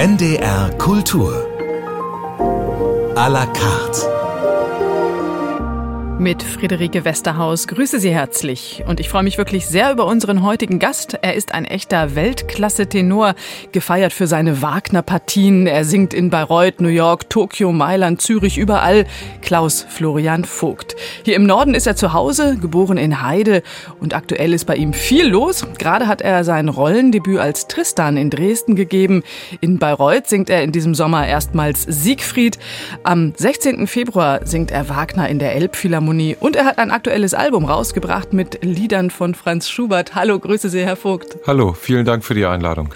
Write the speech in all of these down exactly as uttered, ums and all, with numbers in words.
N D R Kultur à la carte. Mit Friederike Westerhaus grüße Sie herzlich. Und ich freue mich wirklich sehr über unseren heutigen Gast. Er ist ein echter Weltklasse-Tenor, gefeiert für seine Wagner-Partien. Er singt in Bayreuth, New York, Tokio, Mailand, Zürich, überall. Klaus Florian Vogt. Hier im Norden ist er zu Hause, geboren in Heide. Und aktuell ist bei ihm viel los. Gerade hat er sein Rollendebüt als Tristan in Dresden gegeben. In Bayreuth singt er in diesem Sommer erstmals Siegfried. Am sechzehnten Februar singt er Wagner in der Elbphilharmonie. Und er hat ein aktuelles Album rausgebracht mit Liedern von Franz Schubert. Hallo, grüße Sie, Herr Vogt. Hallo, vielen Dank für die Einladung.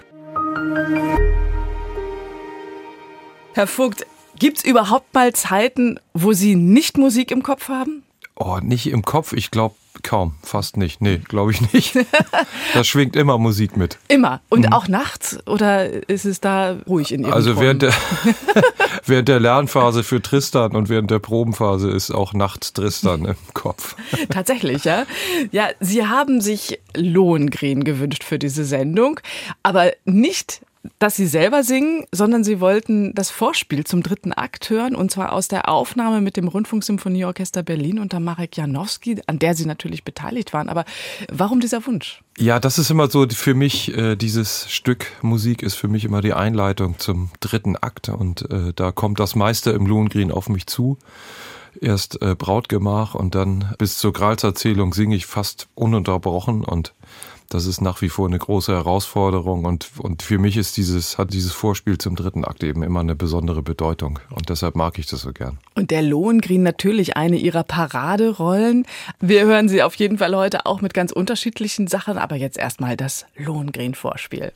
Herr Vogt, gibt's überhaupt mal Zeiten, wo Sie nicht Musik im Kopf haben? Oh, nicht im Kopf? Ich glaube kaum, fast nicht. Nee, glaube ich nicht. Da schwingt immer Musik mit. Immer? Und mhm. auch nachts? Oder ist es da ruhig in Ihrem Also Ton? während der, während der Lernphase für Tristan und während der Probenphase ist auch nachts Tristan im Kopf. Tatsächlich, ja? Ja, Sie haben sich Lohengrin gewünscht für diese Sendung, aber nicht, dass Sie selber singen, sondern Sie wollten das Vorspiel zum dritten Akt hören, und zwar aus der Aufnahme mit dem Rundfunksymphonieorchester Berlin unter Marek Janowski, an der Sie natürlich beteiligt waren. Aber warum dieser Wunsch? Ja, das ist immer so für mich, äh, dieses Stück Musik ist für mich immer die Einleitung zum dritten Akt, und äh, da kommt das meiste im Lohengrin auf mich zu. Erst äh, Brautgemach und dann bis zur Gralserzählung singe ich fast ununterbrochen, und das ist nach wie vor eine große Herausforderung, und, und für mich ist dieses, hat dieses Vorspiel zum dritten Akt eben immer eine besondere Bedeutung, und deshalb mag ich das so gern. Und der Lohengrin natürlich eine Ihrer Paraderollen. Wir hören Sie auf jeden Fall heute auch mit ganz unterschiedlichen Sachen, aber jetzt erstmal das Lohengrin-Vorspiel.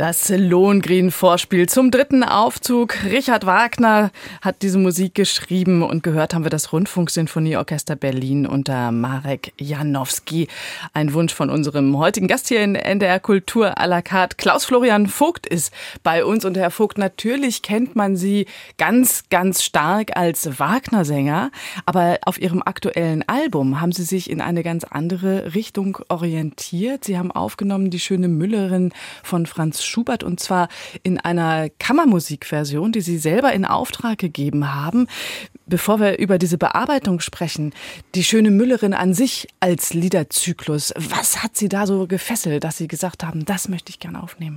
Das Lohengrin-Vorspiel zum dritten Aufzug. Richard Wagner hat diese Musik geschrieben und gehört haben wir das Rundfunksinfonieorchester Berlin unter Marek Janowski. Ein Wunsch von unserem heutigen Gast hier in N D R Kultur à la carte. Klaus-Florian Vogt ist bei uns und Herr Vogt, natürlich kennt man Sie ganz, ganz stark als Wagner-Sänger, aber auf Ihrem aktuellen Album haben Sie sich in eine ganz andere Richtung orientiert. Sie haben aufgenommen die schöne Müllerin von Franz Schubert und zwar in einer Kammermusikversion, die Sie selber in Auftrag gegeben haben. Bevor wir über diese Bearbeitung sprechen, die schöne Müllerin an sich als Liederzyklus, was hat Sie da so gefesselt, dass Sie gesagt haben, das möchte ich gerne aufnehmen?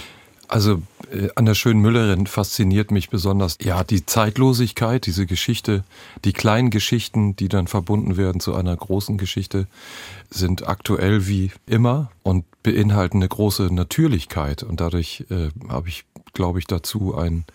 Also äh, an der schönen Müllerin fasziniert mich besonders ja die Zeitlosigkeit, diese Geschichte, die kleinen Geschichten, die dann verbunden werden zu einer großen Geschichte, sind aktuell wie immer und beinhalten eine große Natürlichkeit. Und dadurch äh, habe ich, glaube ich, dazu einen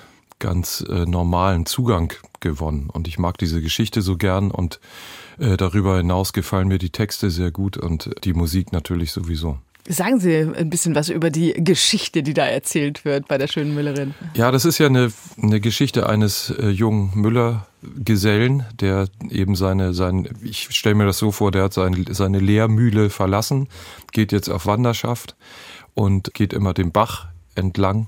ganz äh, normalen Zugang gewonnen. Und ich mag diese Geschichte so gern und äh, darüber hinaus gefallen mir die Texte sehr gut und die Musik natürlich sowieso. Sagen Sie ein bisschen was über die Geschichte, die da erzählt wird bei der schönen Müllerin. Ja, das ist ja eine, eine Geschichte eines äh, jungen Müllergesellen, der eben seine, sein, ich stelle mir das so vor, der hat sein, seine Lehrmühle verlassen, geht jetzt auf Wanderschaft und geht immer den Bach entlang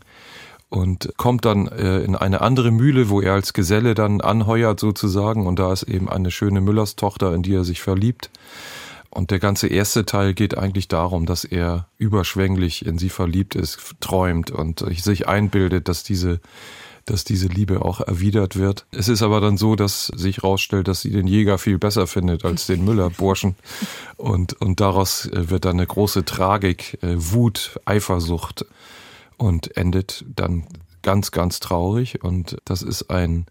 und kommt dann äh, in eine andere Mühle, wo er als Geselle dann anheuert sozusagen und da ist eben eine schöne Müllerstochter, in die er sich verliebt. Und der ganze erste Teil geht eigentlich darum, dass er überschwänglich in sie verliebt ist, träumt und sich einbildet, dass diese, dass diese Liebe auch erwidert wird. Es ist aber dann so, dass sich herausstellt, dass sie den Jäger viel besser findet als den Müllerburschen. Und, und daraus wird dann eine große Tragik, Wut, Eifersucht und endet dann ganz, ganz traurig. Und das ist ein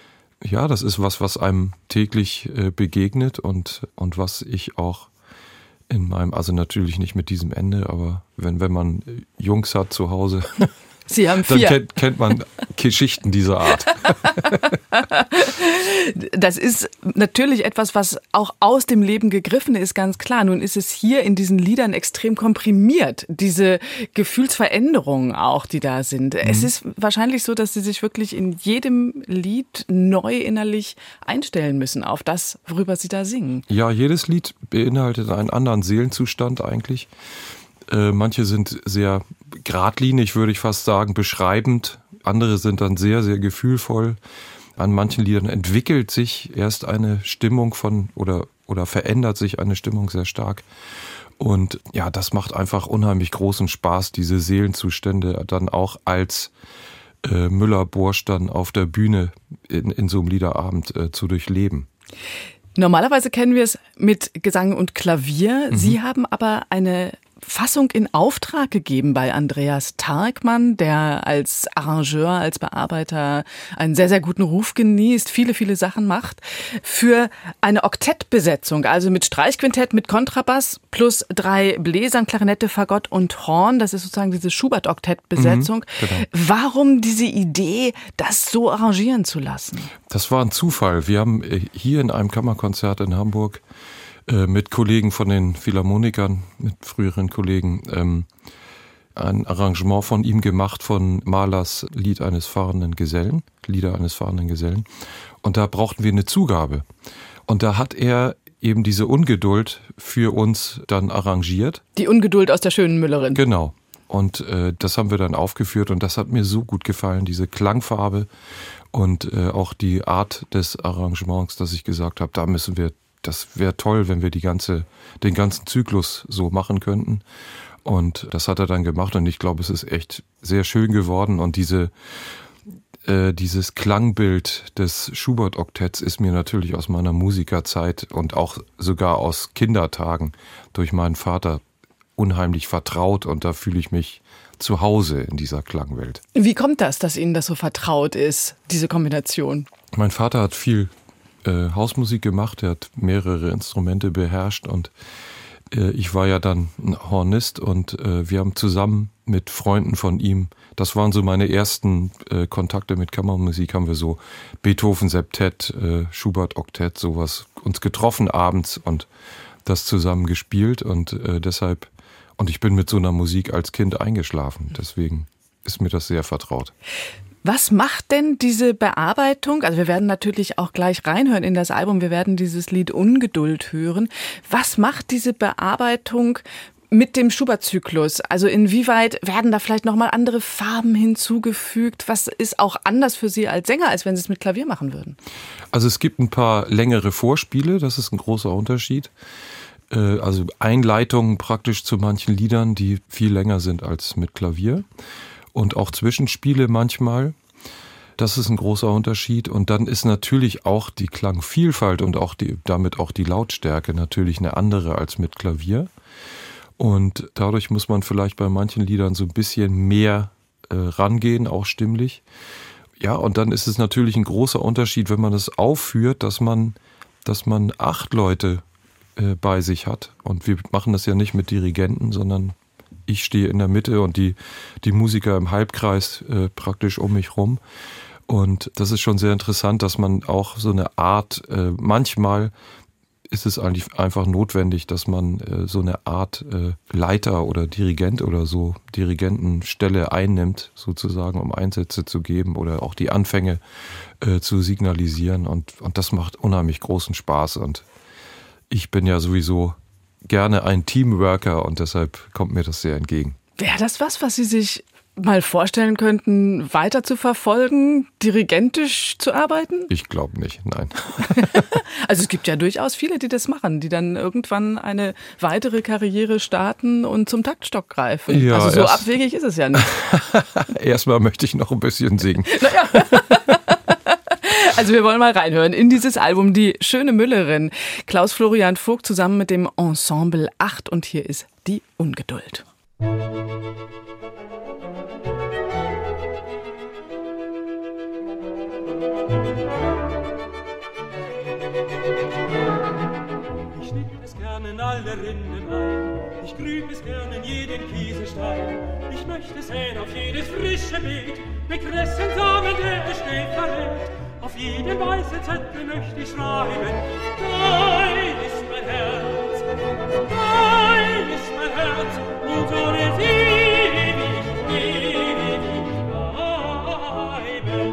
Ja, das ist was, was einem täglich äh, begegnet und, und was ich auch in meinem, also natürlich nicht mit diesem Ende, aber wenn, wenn man Jungs hat zu Hause, Sie haben vier. dann kennt, kennt man Geschichten dieser Art. Das ist natürlich etwas, was auch aus dem Leben gegriffen ist, ganz klar. Nun ist es hier in diesen Liedern extrem komprimiert, diese Gefühlsveränderungen auch, die da sind. Mhm. Es ist wahrscheinlich so, dass Sie sich wirklich in jedem Lied neu innerlich einstellen müssen auf das, worüber Sie da singen. Ja, jedes Lied beinhaltet einen anderen Seelenzustand eigentlich. Äh, manche sind sehr geradlinig, würde ich fast sagen, beschreibend. Andere sind dann sehr, sehr gefühlvoll. An manchen Liedern entwickelt sich erst eine Stimmung von oder, oder verändert sich eine Stimmung sehr stark. Und ja, das macht einfach unheimlich großen Spaß, diese Seelenzustände dann auch als äh, Müller-Bursch dann auf der Bühne in, in so einem Liederabend äh, zu durchleben. Normalerweise kennen wir es mit Gesang und Klavier. Mhm. Sie haben aber eine Fassung in Auftrag gegeben bei Andreas Tarkmann, der als Arrangeur, als Bearbeiter einen sehr, sehr guten Ruf genießt, viele, viele Sachen macht, für eine Oktettbesetzung, also mit Streichquintett, mit Kontrabass plus drei Bläsern, Klarinette, Fagott und Horn. Das ist sozusagen diese Schubert-Oktettbesetzung. Mhm, genau. Warum diese Idee, das so arrangieren zu lassen? Das war ein Zufall. Wir haben hier in einem Kammerkonzert in Hamburg mit Kollegen von den Philharmonikern, mit früheren Kollegen, ähm, ein Arrangement von ihm gemacht von Mahlers Lied eines fahrenden Gesellen, Lieder eines fahrenden Gesellen. Und da brauchten wir eine Zugabe. Und da hat er eben diese Ungeduld für uns dann arrangiert. Die Ungeduld aus der schönen Müllerin. Genau. Und äh, das haben wir dann aufgeführt und das hat mir so gut gefallen, diese Klangfarbe und äh, auch die Art des Arrangements, dass ich gesagt habe, da müssen wir das wäre toll, wenn wir die ganze, den ganzen Zyklus so machen könnten. Und das hat er dann gemacht und ich glaube, es ist echt sehr schön geworden. Und diese, äh, dieses Klangbild des Schubert-Oktetts ist mir natürlich aus meiner Musikerzeit und auch sogar aus Kindertagen durch meinen Vater unheimlich vertraut. Und da fühle ich mich zu Hause in dieser Klangwelt. Wie kommt das, dass Ihnen das so vertraut ist, diese Kombination? Mein Vater hat viel Äh, Hausmusik gemacht, er hat mehrere Instrumente beherrscht und äh, ich war ja dann ein Hornist und äh, wir haben zusammen mit Freunden von ihm, das waren so meine ersten äh, Kontakte mit Kammermusik, haben wir so Beethoven-Septett, äh, Schubert-Oktett, sowas uns getroffen abends und das zusammen gespielt und äh, deshalb Und ich bin mit so einer Musik als Kind eingeschlafen. Deswegen ist mir das sehr vertraut. Was macht denn diese Bearbeitung? Also wir werden natürlich auch gleich reinhören in das Album. Wir werden dieses Lied Ungeduld hören. Was macht diese Bearbeitung mit dem Schubert-Zyklus? Also inwieweit werden da vielleicht nochmal andere Farben hinzugefügt? Was ist auch anders für Sie als Sänger, als wenn Sie es mit Klavier machen würden? Also es gibt ein paar längere Vorspiele. Das ist ein großer Unterschied. Also Einleitungen praktisch zu manchen Liedern, die viel länger sind als mit Klavier. Und auch Zwischenspiele manchmal. Das ist ein großer Unterschied. Und dann ist natürlich auch die Klangvielfalt und auch die, damit auch die Lautstärke natürlich eine andere als mit Klavier. Und dadurch muss man vielleicht bei manchen Liedern so ein bisschen mehr äh, rangehen, auch stimmlich. Ja, und dann ist es natürlich ein großer Unterschied, wenn man es aufführt, dass man, dass man acht Leute äh, bei sich hat. Und wir machen das ja nicht mit Dirigenten, sondern ich stehe in der Mitte und die, die Musiker im Halbkreis äh, praktisch um mich rum. Und das ist schon sehr interessant, dass man auch so eine Art, äh, manchmal ist es eigentlich einfach notwendig, dass man äh, so eine Art äh, Leiter oder Dirigent oder so, Dirigentenstelle einnimmt, sozusagen, um Einsätze zu geben oder auch die Anfänge äh, zu signalisieren. Und, und das macht unheimlich großen Spaß. Und ich bin ja sowieso gerne ein Teamworker und deshalb kommt mir das sehr entgegen. Wäre das was, was Sie sich mal vorstellen könnten, weiter zu verfolgen, dirigentisch zu arbeiten? Ich glaube nicht, nein. Also es gibt ja durchaus viele, die das machen, die dann irgendwann eine weitere Karriere starten und zum Taktstock greifen. Ja, also so erst, abwegig ist es ja nicht. Erstmal möchte ich noch ein bisschen singen. Naja. Also wir wollen mal reinhören in dieses Album Die schöne Müllerin. Klaus Florian Vogt zusammen mit dem Ensemble acht und hier ist Die Ungeduld. Ich schnitt es gern in alle Rinden ein, ich grüb es gern in jeden Kieselstein. Ich möchte säen auf jedes frische Beet, mit Kressensamen, der es schnell verrät. Auf jeden weißen Zettel möchte ich schreiben, dein ist mein Herz, dein ist mein Herz, und soll es ewig, ewig bleiben.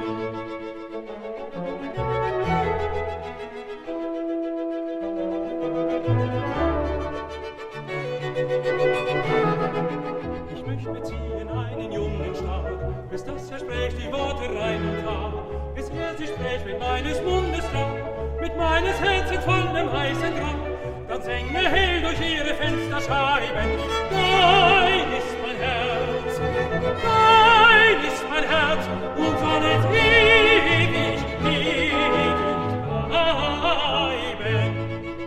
Ich möchte beziehen einen jungen Stab, bis das er spricht die Worte rein und wahr. Es wird sich sprech mit meines Mundes Drang, mit meines Herzens vollem heißen Drang, dann sänge hell durch ihre Fensterscheiben, dein ist mein Herz, dein ist mein Herz, und soll es ewig, ewig bleiben.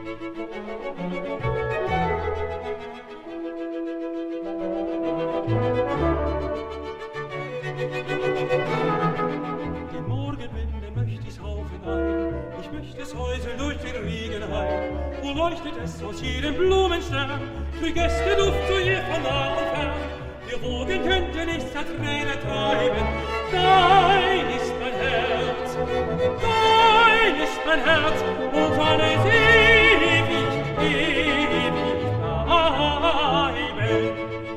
Das Häusel durch den Regen heim, wo leuchtet es aus jedem Blumenstern, für Gäste Duft zu ihr von nah und fern. Wir Wogen könnte nichts der Träne treiben, dein ist mein Herz, dein ist mein Herz, und soll es ewig, ewig bleiben.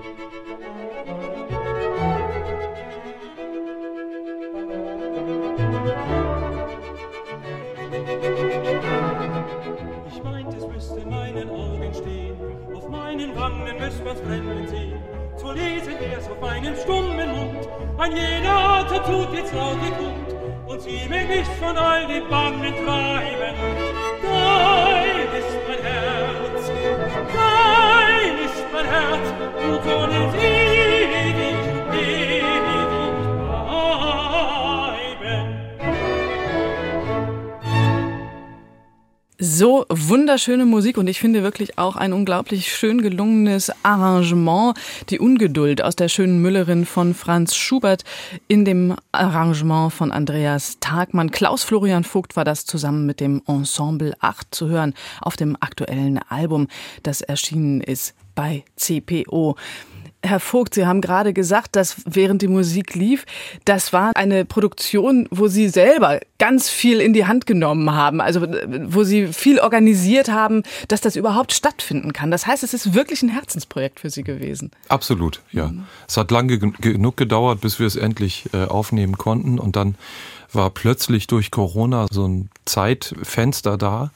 Ich meint, es müsste in meinen Augen stehen, auf meinen Wangen müsst man's brennen sehen. Zu lesen wär's auf meinem stummen Mund, ein jeder Atem tut jetzt laut die Kund, und sie mich nicht von all den Bangen treiben. Dein ist mein Herz, dein ist mein Herz, und soll es ewig, ewig bleiben. So wunderschöne Musik und ich finde wirklich auch ein unglaublich schön gelungenes Arrangement. Die Ungeduld aus der schönen Müllerin von Franz Schubert in dem Arrangement von Andreas Tagmann. Klaus Florian Vogt war das zusammen mit dem Ensemble acht zu hören auf dem aktuellen Album, das erschienen ist bei C P O. Herr Vogt, Sie haben gerade gesagt, dass während die Musik lief, das war eine Produktion, wo Sie selber ganz viel in die Hand genommen haben, also wo Sie viel organisiert haben, dass das überhaupt stattfinden kann. Das heißt, es ist wirklich ein Herzensprojekt für Sie gewesen. Absolut, ja. Mhm. Es hat lange genug gedauert, bis wir es endlich äh, aufnehmen konnten, und dann war plötzlich durch Corona so ein Zeitfenster da.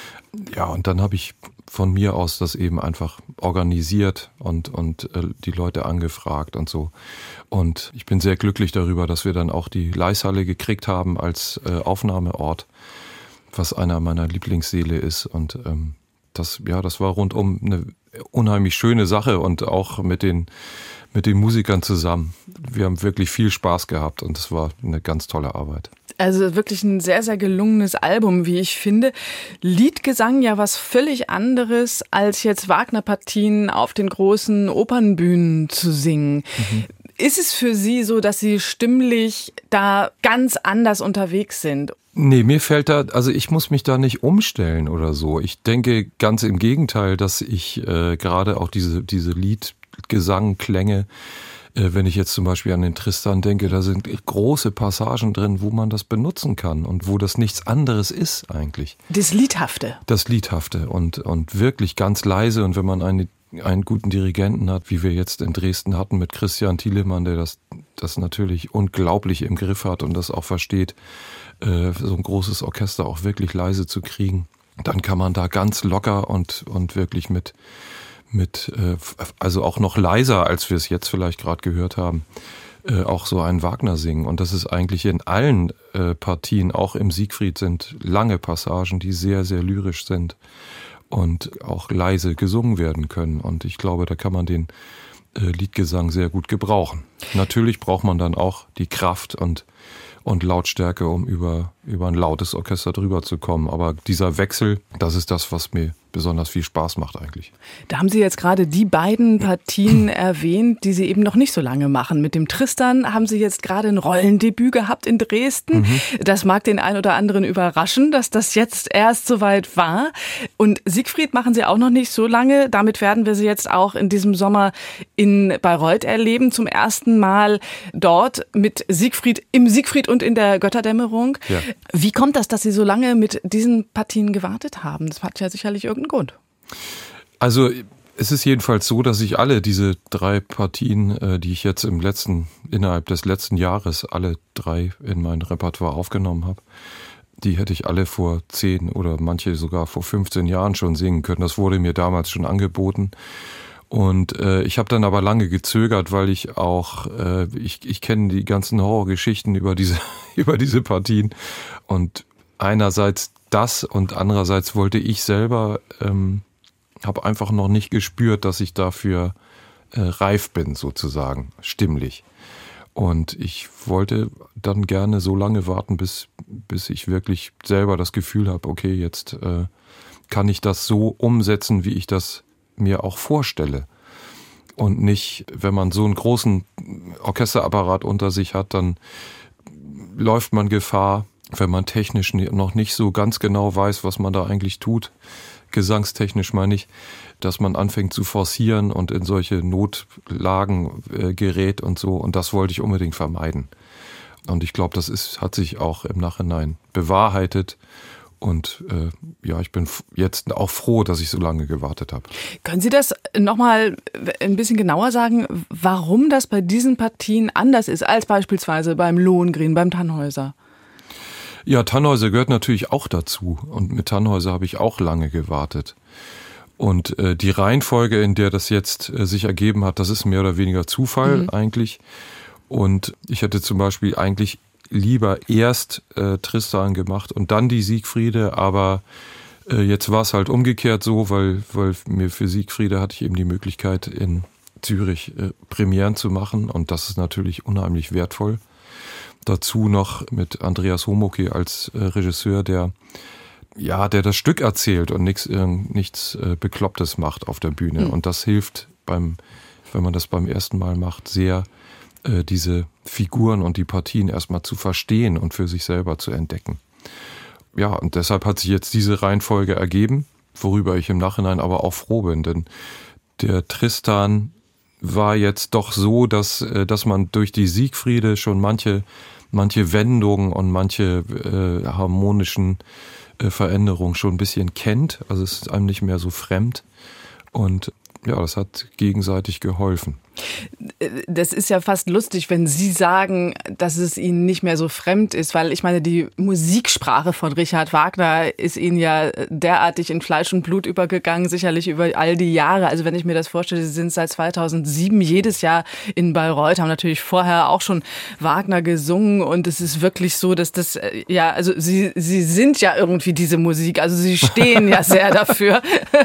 Ja, und dann habe ich von mir aus das eben einfach organisiert und, und äh, die Leute angefragt und so. Und ich bin sehr glücklich darüber, dass wir dann auch die Leishalle gekriegt haben als äh, Aufnahmeort, was einer meiner Lieblingssäle ist. Und ähm, das, ja, das war rundum eine unheimlich schöne Sache, und auch mit den, mit den Musikern zusammen. Wir haben wirklich viel Spaß gehabt, und es war eine ganz tolle Arbeit. Also wirklich ein sehr, sehr gelungenes Album, wie ich finde. Liedgesang ja was völlig anderes, als jetzt Wagner-Partien auf den großen Opernbühnen zu singen. Mhm. Ist es für Sie so, dass Sie stimmlich da ganz anders unterwegs sind? Nee, mir fällt da, also ich muss mich da nicht umstellen oder so. Ich denke ganz im Gegenteil, dass ich äh, gerade auch diese, diese Liedgesangklänge, wenn ich jetzt zum Beispiel an den Tristan denke, da sind große Passagen drin, wo man das benutzen kann und wo das nichts anderes ist eigentlich. Das Liedhafte. Das Liedhafte und, und wirklich ganz leise. Und wenn man eine, einen guten Dirigenten hat, wie wir jetzt in Dresden hatten mit Christian Thielemann, der das, das natürlich unglaublich im Griff hat und das auch versteht, äh, so ein großes Orchester auch wirklich leise zu kriegen, dann kann man da ganz locker und, und wirklich mit mit, also auch noch leiser, als wir es jetzt vielleicht gerade gehört haben, auch so einen Wagner singen. Und das ist eigentlich in allen Partien, auch im Siegfried, sind lange Passagen, die sehr, sehr lyrisch sind und auch leise gesungen werden können. Und ich glaube, da kann man den Liedgesang sehr gut gebrauchen. Natürlich braucht man dann auch die Kraft und, und Lautstärke, um über, über ein lautes Orchester drüber zu kommen. Aber dieser Wechsel, das ist das, was mir besonders viel Spaß macht eigentlich. Da haben Sie jetzt gerade die beiden Partien erwähnt, die Sie eben noch nicht so lange machen. Mit dem Tristan haben Sie jetzt gerade ein Rollendebüt gehabt in Dresden. Mhm. Das mag den einen oder anderen überraschen, dass das jetzt erst soweit war. Und Siegfried machen Sie auch noch nicht so lange. Damit werden wir Sie jetzt auch in diesem Sommer in Bayreuth erleben. Zum ersten Mal dort mit Siegfried, im Siegfried und in der Götterdämmerung. Ja. Wie kommt das, dass Sie so lange mit diesen Partien gewartet haben? Das hat ja sicherlich irgendeinen Grund. Also es ist jedenfalls so, dass ich alle diese drei Partien, die ich jetzt im letzten, innerhalb des letzten Jahres alle drei in mein Repertoire aufgenommen habe, die hätte ich alle vor zehn oder manche sogar vor fünfzehn Jahren schon singen können. Das wurde mir damals schon angeboten. Und äh, ich habe dann aber lange gezögert, weil ich auch, äh, ich, ich kenne die ganzen Horrorgeschichten über diese, über diese Partien. Und einerseits das und andererseits wollte ich selber, ähm, habe einfach noch nicht gespürt, dass ich dafür äh, reif bin, sozusagen, stimmlich. Und ich wollte dann gerne so lange warten, bis, bis ich wirklich selber das Gefühl habe, okay, jetzt äh, kann ich das so umsetzen, wie ich das mir auch vorstelle. Und nicht, wenn man so einen großen Orchesterapparat unter sich hat, dann läuft man Gefahr, wenn man technisch noch nicht so ganz genau weiß, was man da eigentlich tut, gesangstechnisch meine ich, dass man anfängt zu forcieren und in solche Notlagen äh, gerät und so. Und das wollte ich unbedingt vermeiden. Und ich glaube, das ist, hat sich auch im Nachhinein bewahrheitet. Und äh, ja, ich bin jetzt auch froh, dass ich so lange gewartet habe. Können Sie das nochmal ein bisschen genauer sagen, warum das bei diesen Partien anders ist als beispielsweise beim Lohengrin, beim Tannhäuser? Ja, Tannhäuser gehört natürlich auch dazu. Und mit Tannhäuser habe ich auch lange gewartet. Und äh, die Reihenfolge, in der das jetzt äh, sich ergeben hat, das ist mehr oder weniger Zufall mhm. eigentlich. Und ich hätte zum Beispiel eigentlich lieber erst äh, Tristan gemacht und dann die Siegfriede, aber äh, jetzt war es halt umgekehrt so, weil, weil mir für Siegfriede hatte ich eben die Möglichkeit in Zürich äh, Premieren zu machen und das ist natürlich unheimlich wertvoll. Dazu noch mit Andreas Homoky als äh, Regisseur, der ja, der das Stück erzählt und nichts äh, nichts äh, Beklopptes macht auf der Bühne. Mhm. Und das hilft beim, wenn man das beim ersten Mal macht, sehr äh, diese Figuren und die Partien erstmal zu verstehen und für sich selber zu entdecken. Ja, und deshalb hat sich jetzt diese Reihenfolge ergeben, worüber ich im Nachhinein aber auch froh bin, denn der Tristan war jetzt doch so, dass, dass man durch die Siegfriede schon manche, manche Wendungen und manche äh, harmonischen äh, Veränderungen schon ein bisschen kennt. Also es ist einem nicht mehr so fremd. Und ja, das hat gegenseitig geholfen. Das ist ja fast lustig, wenn Sie sagen, dass es Ihnen nicht mehr so fremd ist, weil ich meine, die Musiksprache von Richard Wagner ist Ihnen ja derartig in Fleisch und Blut übergegangen, sicherlich über all die Jahre. Also wenn ich mir das vorstelle, Sie sind seit zweitausendsieben jedes Jahr in Bayreuth, haben natürlich vorher auch schon Wagner gesungen und es ist wirklich so, dass das, ja, also Sie, Sie sind ja irgendwie diese Musik, also Sie stehen ja sehr dafür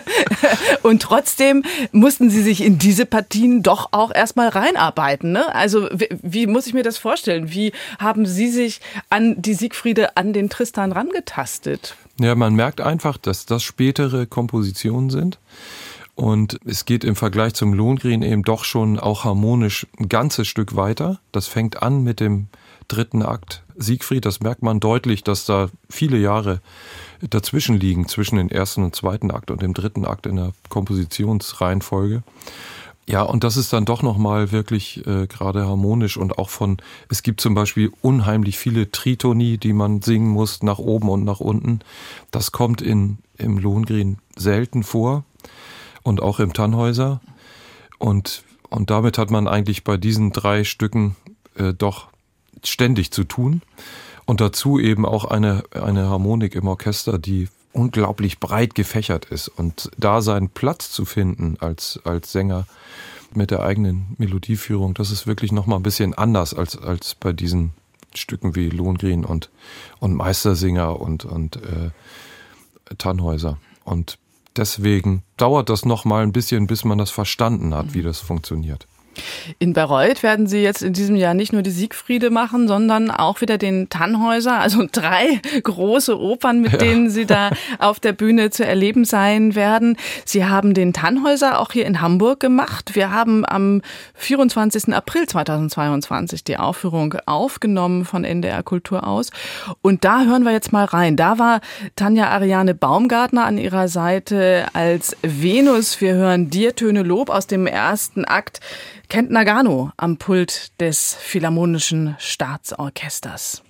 und trotzdem mussten Sie sich in diese Partien doch auch auch erstmal reinarbeiten, ne? Also wie, wie muss ich mir das vorstellen? Wie haben Sie sich an die Siegfriede, an den Tristan rangetastet? Ja, man merkt einfach, dass das spätere Kompositionen sind. Und es geht im Vergleich zum Lohengrin eben doch schon auch harmonisch ein ganzes Stück weiter. Das fängt an mit dem dritten Akt Siegfried. Das merkt man deutlich, dass da viele Jahre dazwischen liegen, zwischen dem ersten und zweiten Akt und dem dritten Akt in der Kompositionsreihenfolge. Ja, und das ist dann doch nochmal wirklich äh, gerade harmonisch und auch von, es gibt zum Beispiel unheimlich viele Tritoni, die man singen muss, nach oben und nach unten. Das kommt in, im Lohengrin selten vor und auch im Tannhäuser. Und, und damit hat man eigentlich bei diesen drei Stücken äh, doch ständig zu tun. Und dazu eben auch eine, eine Harmonik im Orchester, die unglaublich breit gefächert ist. Und da seinen Platz zu finden als, als Sänger mit der eigenen Melodieführung, das ist wirklich nochmal ein bisschen anders als, als bei diesen Stücken wie Lohengrin und, und Meistersinger und, und äh, Tannhäuser. Und deswegen dauert das nochmal ein bisschen, bis man das verstanden hat, wie das funktioniert. In Bayreuth werden Sie jetzt in diesem Jahr nicht nur die Siegfriede machen, sondern auch wieder den Tannhäuser, also drei große Opern, mit ja. denen Sie da auf der Bühne zu erleben sein werden. Sie haben den Tannhäuser auch hier in Hamburg gemacht. Wir haben am vierundzwanzigsten April zweitausendzweiundzwanzig die Aufführung aufgenommen von N D R Kultur aus. Und da hören wir jetzt mal rein. Da war Tanja Ariane Baumgartner an ihrer Seite als Venus. Wir hören Dir töne Lob aus dem ersten Akt. Kent Nagano am Pult des Philharmonischen Staatsorchesters.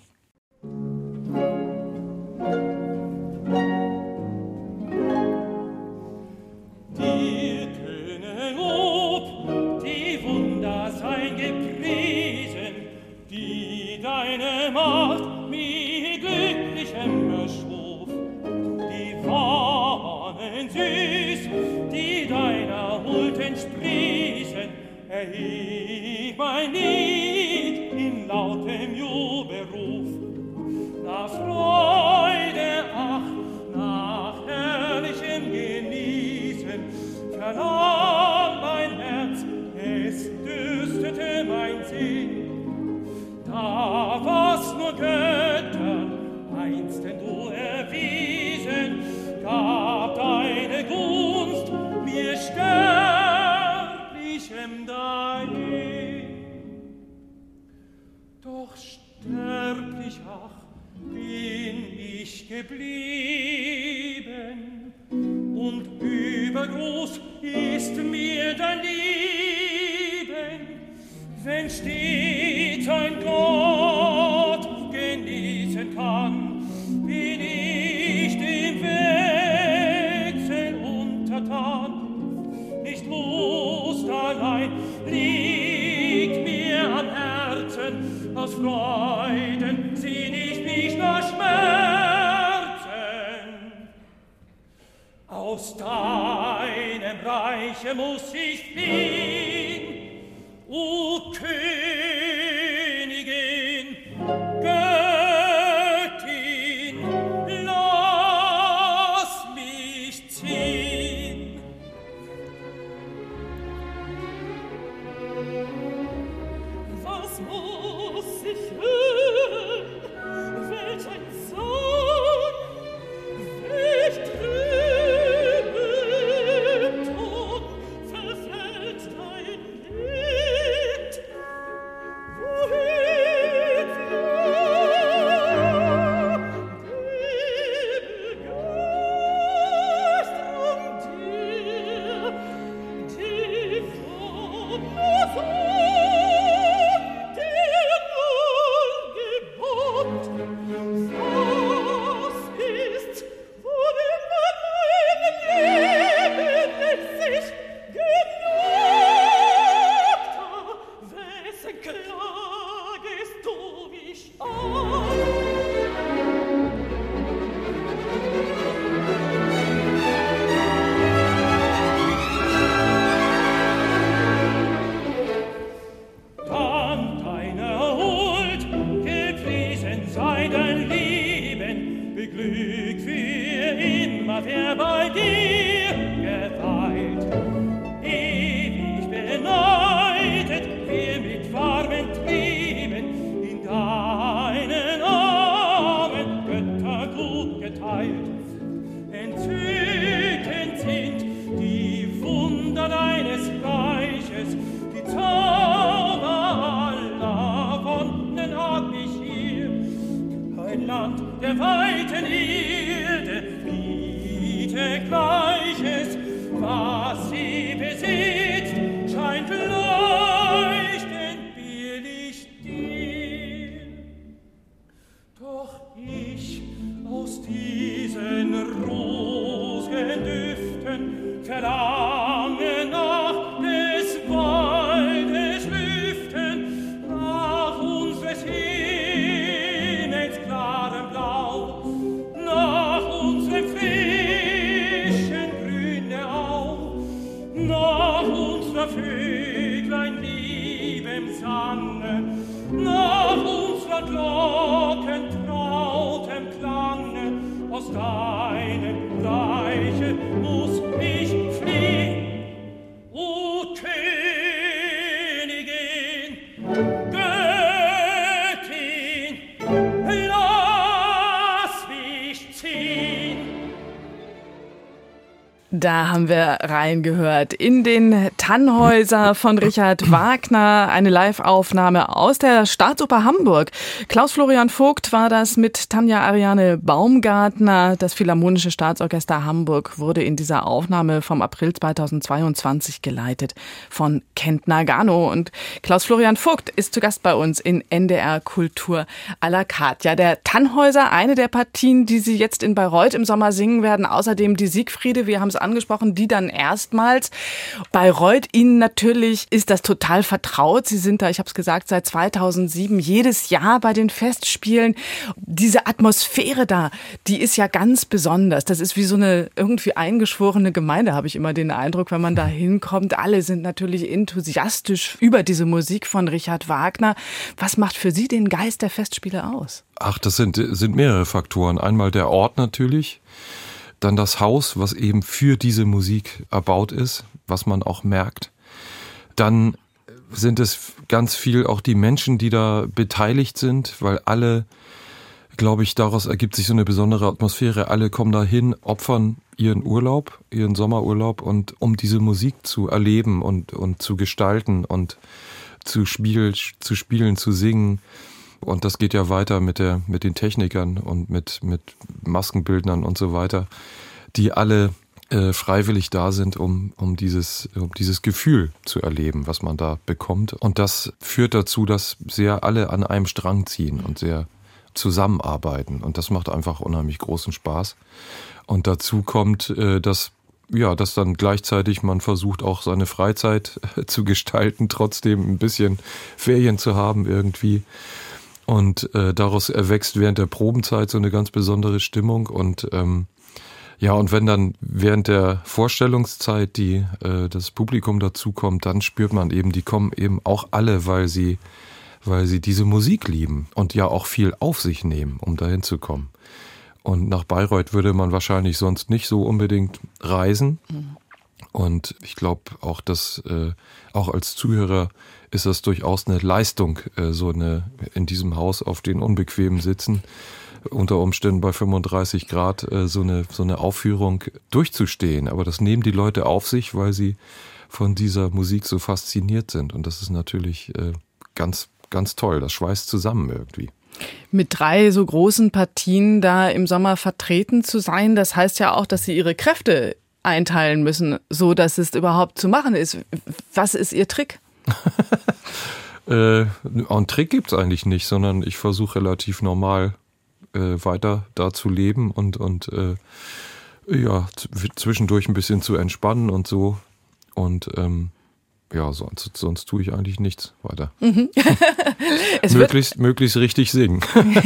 Dir töne Lob, die Wunder seien gepriesen, die deine Macht mir glücklichem erschuf. Die Wahnen süß, die deiner Huld entsprießen, erheb mein Lied in lautem Jubelruf. Nach Freude, ach, nach herrlichem Genießen, verlangt mein Herz, es dürstete mein Sinn. Da was nur Göttern einsten du erwiesen, gab deine Gunst mir sterblichem dahin. Doch sterblich, ach, bin ich geblieben, und übergroß ist mir dein Lieben, wenn stets ein Gott genießen kann, bin ich dem Wechsel untertan. Nicht Lust allein liegt mir am Herzen, aus Freuden sehn ich mich nach Schmerzen. Aus deinem Reiche muss ich fliehen, o Königin, Göttin, lass mich ziehen. Was muss ich hören, welch ein Song, welch trüben Ton verfällt dein Lied. Wohin floh die Begeisterung dir, die von Da haben wir reingehört in den Tannhäuser von Richard Wagner, eine Live-Aufnahme aus der Staatsoper Hamburg. Klaus-Florian Vogt war das mit Tanja Ariane Baumgartner. Das Philharmonische Staatsorchester Hamburg wurde in dieser Aufnahme vom April zweitausendzweiundzwanzig geleitet von Kent Nagano. Und Klaus-Florian Vogt ist zu Gast bei uns in N D R Kultur à la carte. Ja, der Tannhäuser, eine der Partien, die Sie jetzt in Bayreuth im Sommer singen werden. Außerdem die Siegfriede, wir haben es angesprochen, die dann erstmals. Bayreuth, Ihnen natürlich ist das total vertraut. Sie sind da, ich habe es gesagt, seit zweitausendsieben jedes Jahr bei den Festspielen. Diese Atmosphäre da, die ist ja ganz besonders. Das ist wie so eine irgendwie eingeschworene Gemeinde, habe ich immer den Eindruck, wenn man da hinkommt. Alle sind natürlich enthusiastisch über diese Musik von Richard Wagner. Was macht für Sie den Geist der Festspiele aus? Ach, das sind, sind mehrere Faktoren. Einmal der Ort natürlich. Dann das Haus, was eben für diese Musik erbaut ist, was man auch merkt. Dann sind es ganz viel auch die Menschen, die da beteiligt sind, weil alle, glaube ich, daraus ergibt sich so eine besondere Atmosphäre. Alle kommen dahin, opfern ihren Urlaub, ihren Sommerurlaub, und um diese Musik zu erleben und, und zu gestalten und zu, spiel, zu spielen, zu singen. Und das geht ja weiter mit der, mit den Technikern und mit, mit Maskenbildnern und so weiter, die alle äh, freiwillig da sind, um, um dieses, um dieses Gefühl zu erleben, was man da bekommt. Und das führt dazu, dass sehr alle an einem Strang ziehen und sehr zusammenarbeiten. Und das macht einfach unheimlich großen Spaß. Und dazu kommt, äh, dass ja, dass dann gleichzeitig man versucht, auch seine Freizeit zu gestalten, trotzdem ein bisschen Ferien zu haben irgendwie. Und äh, daraus erwächst während der Probenzeit so eine ganz besondere Stimmung. Und ähm, ja, und wenn dann während der Vorstellungszeit die äh, das Publikum dazukommt, dann spürt man eben, die kommen eben auch alle, weil sie, weil sie diese Musik lieben und ja auch viel auf sich nehmen, um dahin zu kommen. Und nach Bayreuth würde man wahrscheinlich sonst nicht so unbedingt reisen. Mhm. Und ich glaube auch, dass äh, auch als Zuhörer ist das durchaus eine Leistung, äh, so eine in diesem Haus auf den unbequemen Sitzen, unter Umständen bei fünfunddreißig Grad, äh, so eine so eine Aufführung durchzustehen. Aber das nehmen die Leute auf sich, weil sie von dieser Musik so fasziniert sind. Und das ist natürlich äh, ganz, ganz toll. Das schweißt zusammen irgendwie. Mit drei so großen Partien da im Sommer vertreten zu sein, das heißt ja auch, dass Sie Ihre Kräfte einteilen müssen, so dass es überhaupt zu machen ist. Was ist Ihr Trick? äh, einen Trick gibt's eigentlich nicht, sondern ich versuche relativ normal äh, weiter da zu leben und, und äh, ja, zwischendurch ein bisschen zu entspannen und so. Und ähm, ja, sonst, sonst tue ich eigentlich nichts weiter. Mhm. es möglichst, wird, möglichst richtig singen.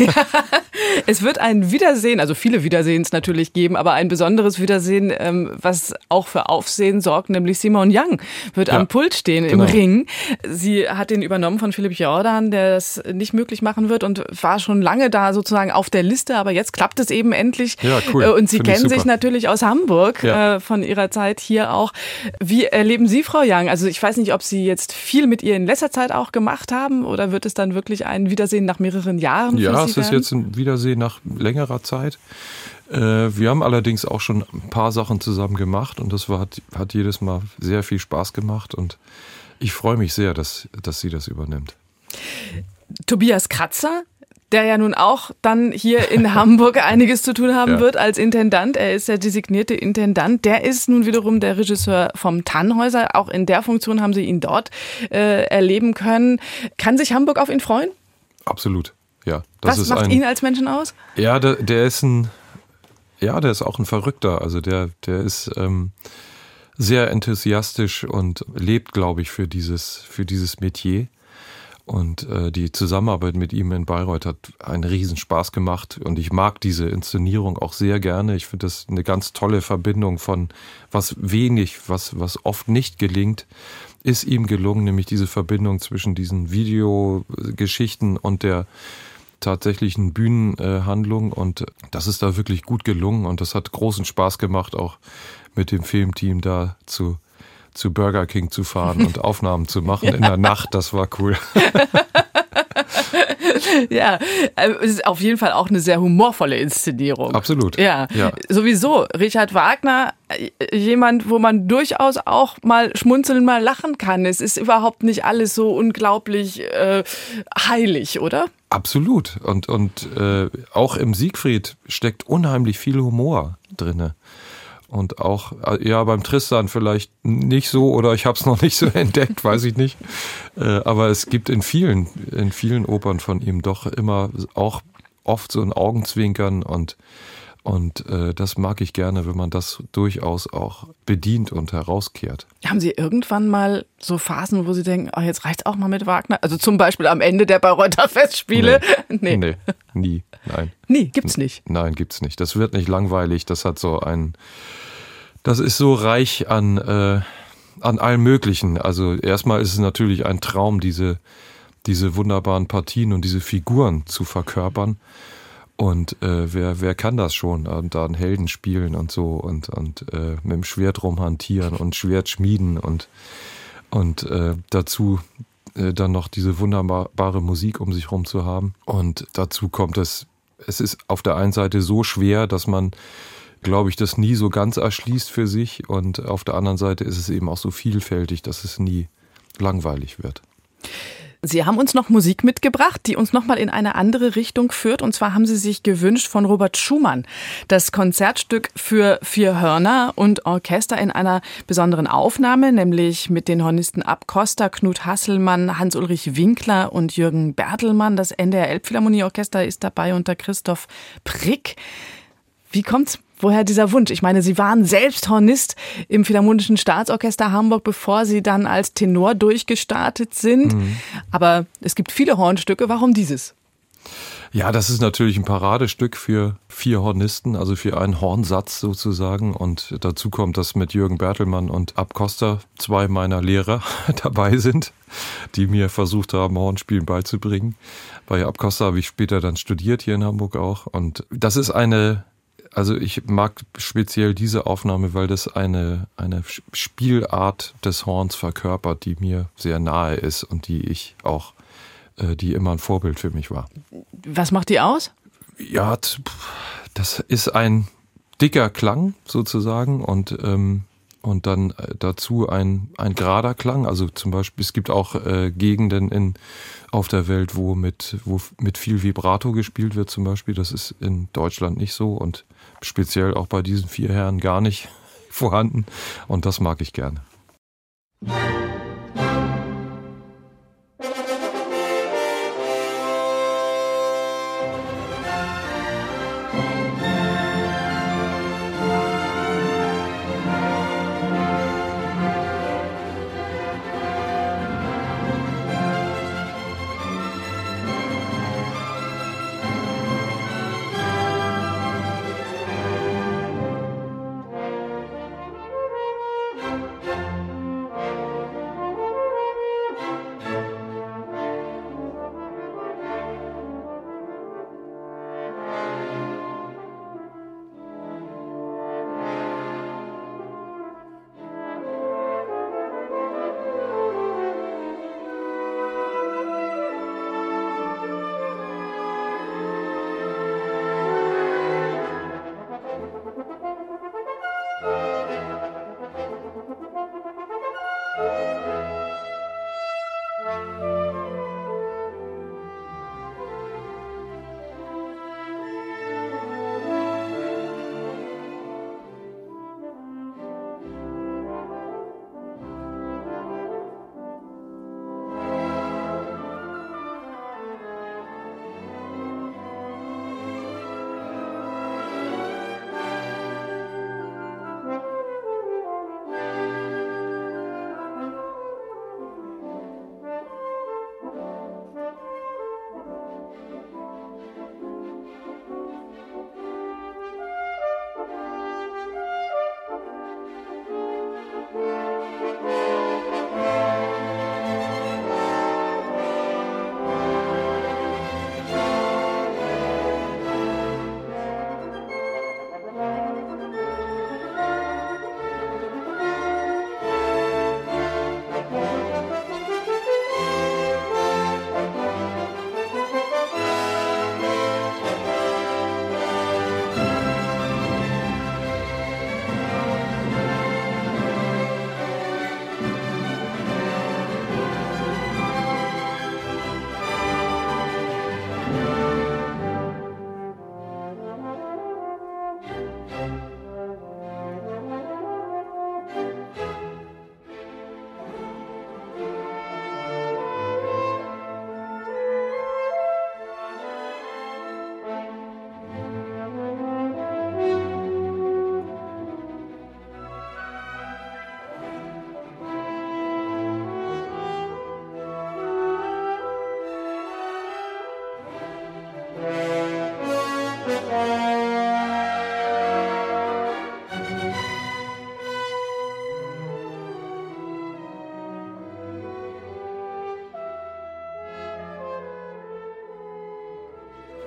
Es wird ein Wiedersehen, also viele Wiedersehens natürlich geben, aber ein besonderes Wiedersehen, ähm, was auch für Aufsehen sorgt, nämlich Simone Young wird ja, am Pult stehen genau. im Ring. Sie hat den übernommen von Philipp Jordan, der das nicht möglich machen wird und war schon lange da sozusagen auf der Liste, aber jetzt klappt es eben endlich. Ja, cool. Und Sie Find kennen sich natürlich aus Hamburg, ja. äh, von Ihrer Zeit hier auch. Wie erleben Sie Frau Young? Also ich weiß nicht, ob Sie jetzt viel mit ihr in letzter Zeit auch gemacht haben oder wird es dann wirklich ein Wiedersehen nach mehreren Jahren ja, für Sie es ist werden? Jetzt ein Wiedersehen nach längerer Zeit. Äh, wir haben allerdings auch schon ein paar Sachen zusammen gemacht und das war, hat, hat jedes Mal sehr viel Spaß gemacht und ich freue mich sehr, dass, dass sie das übernimmt. Tobias Kratzer, der ja nun auch dann hier in Hamburg einiges zu tun haben ja. wird als Intendant. Er ist der designierte Intendant. Der ist nun wiederum der Regisseur vom Tannhäuser. Auch in der Funktion haben Sie ihn dort äh, erleben können. Kann sich Hamburg auf ihn freuen? Absolut. Ja, das Was ist macht ein, ihn als Menschen aus? Ja, der, der ist ein, ja, der ist auch ein Verrückter. Also der, der ist ähm, sehr enthusiastisch und lebt, glaube ich, für dieses, für dieses Metier. Und äh, die Zusammenarbeit mit ihm in Bayreuth hat einen riesen Spaß gemacht. Und ich mag diese Inszenierung auch sehr gerne. Ich finde das eine ganz tolle Verbindung von was wenig, was, was oft nicht gelingt, ist ihm gelungen, nämlich diese Verbindung zwischen diesen Videogeschichten und der tatsächlichen Bühnenhandlung und das ist da wirklich gut gelungen und das hat großen Spaß gemacht, auch mit dem Filmteam da zu, zu Burger King zu fahren und Aufnahmen zu machen ja. in der Nacht, das war cool. Ja, es ist auf jeden Fall auch eine sehr humorvolle Inszenierung. Absolut. Ja, ja. Sowieso. Richard Wagner, jemand, wo man durchaus auch mal schmunzeln, mal lachen kann. Es ist überhaupt nicht alles so unglaublich äh, heilig, oder? Absolut. Und, und äh, auch im Siegfried steckt unheimlich viel Humor drinne. Und auch, ja, beim Tristan vielleicht nicht so oder ich habe es noch nicht so entdeckt, weiß ich nicht. Aber es gibt in vielen, in vielen Opern von ihm doch immer auch oft so ein Augenzwinkern und, und äh, das mag ich gerne, wenn man das durchaus auch bedient und herauskehrt. Haben Sie irgendwann mal so Phasen, wo Sie denken, oh, jetzt reicht's auch mal mit Wagner? Also zum Beispiel am Ende der Bayreuther Festspiele? Nee, nee. nee nie, nein. Nie, gibt's nicht? Nein, gibt's nicht. Das wird nicht langweilig, das hat so ein... Das ist so reich an, äh, an allem Möglichen. Also erstmal ist es natürlich ein Traum, diese, diese wunderbaren Partien und diese Figuren zu verkörpern. Und äh, wer, wer kann das schon? Und da einen Helden spielen und so und, und äh, mit dem Schwert rumhantieren und Schwert schmieden und, und äh, dazu äh, dann noch diese wunderbare Musik um sich rum zu haben. Und dazu kommt es, es ist auf der einen Seite so schwer, dass man glaube ich, das nie so ganz erschließt für sich und auf der anderen Seite ist es eben auch so vielfältig, dass es nie langweilig wird. Sie haben uns noch Musik mitgebracht, die uns nochmal in eine andere Richtung führt und zwar haben Sie sich gewünscht von Robert Schumann das Konzertstück für vier Hörner und Orchester in einer besonderen Aufnahme, nämlich mit den Hornisten Ab Costa, Knut Hasselmann, Hans-Ulrich Winkler und Jürgen Bertelmann. Das N D R Elbphilharmonieorchester ist dabei unter Christoph Prick. Wie kommt's? Woher dieser Wunsch? Ich meine, Sie waren selbst Hornist im Philharmonischen Staatsorchester Hamburg, bevor Sie dann als Tenor durchgestartet sind. Mhm. Aber es gibt viele Hornstücke. Warum dieses? Ja, das ist natürlich ein Paradestück für vier Hornisten, also für einen Hornsatz sozusagen. Und dazu kommt, dass mit Jürgen Bertelmann und Ab Costa zwei meiner Lehrer dabei sind, die mir versucht haben, Hornspielen beizubringen. Bei Ab Costa habe ich später dann studiert, hier in Hamburg auch. Und das ist eine... Also ich mag speziell diese Aufnahme, weil das eine, eine Spielart des Horns verkörpert, die mir sehr nahe ist und die ich auch, äh, die immer ein Vorbild für mich war. Was macht die aus? Ja, das ist ein dicker Klang sozusagen und, ähm, und dann dazu ein, ein gerader Klang. Also zum Beispiel, es gibt auch äh, Gegenden in, auf der Welt, wo mit, wo mit viel Vibrato gespielt wird zum Beispiel. Das ist in Deutschland nicht so und speziell auch bei diesen vier Herren gar nicht vorhanden. Und das mag ich gerne.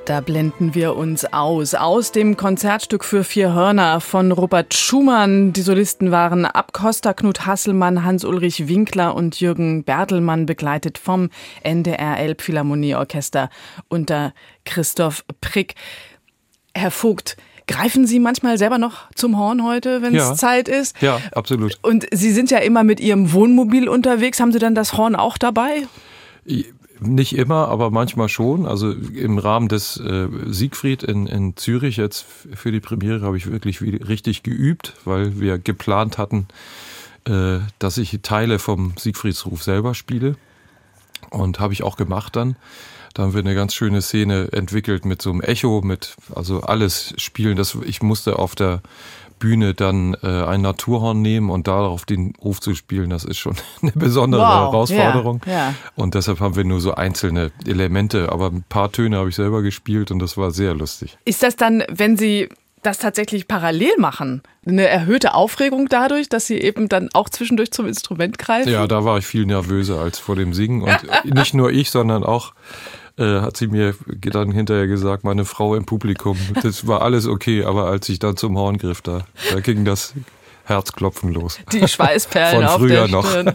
Da blenden wir uns aus. Aus dem Konzertstück für vier Hörner von Robert Schumann. Die Solisten waren Ab Costa, Knut Hasselmann, Hans-Ulrich Winkler und Jürgen Bertelmann, begleitet vom N D R Elbphilharmonieorchester unter Christoph Prick. Herr Vogt, greifen Sie manchmal selber noch zum Horn heute, wenn es Ja. Zeit ist? Ja, absolut. Und Sie sind ja immer mit Ihrem Wohnmobil unterwegs. Haben Sie dann das Horn auch dabei? Nicht immer, aber manchmal schon. Also im Rahmen des äh, Siegfried in, in Zürich jetzt für die Premiere habe ich wirklich wie, richtig geübt, weil wir geplant hatten, äh, dass ich Teile vom Siegfriedsruf selber spiele. Und habe ich auch gemacht dann. Da haben wir eine ganz schöne Szene entwickelt mit so einem Echo, mit also alles spielen. Das, ich musste auf der Bühne dann äh, ein Naturhorn nehmen und darauf den Ruf zu spielen, das ist schon eine besondere Wow, Herausforderung. ja, ja. Und deshalb haben wir nur so einzelne Elemente, aber ein paar Töne habe ich selber gespielt und das war sehr lustig. Ist das dann, wenn Sie das tatsächlich parallel machen, eine erhöhte Aufregung dadurch, dass Sie eben dann auch zwischendurch zum Instrument greifen? Ja, da war ich viel nervöser als vor dem Singen und nicht nur ich, sondern auch äh, hat sie mir dann hinterher gesagt, meine Frau im Publikum, das war alles okay, aber als ich dann zum Horn griff, da, da ging das Herzklopfen los. Die Schweißperlen Von auf früher der noch. Stirn.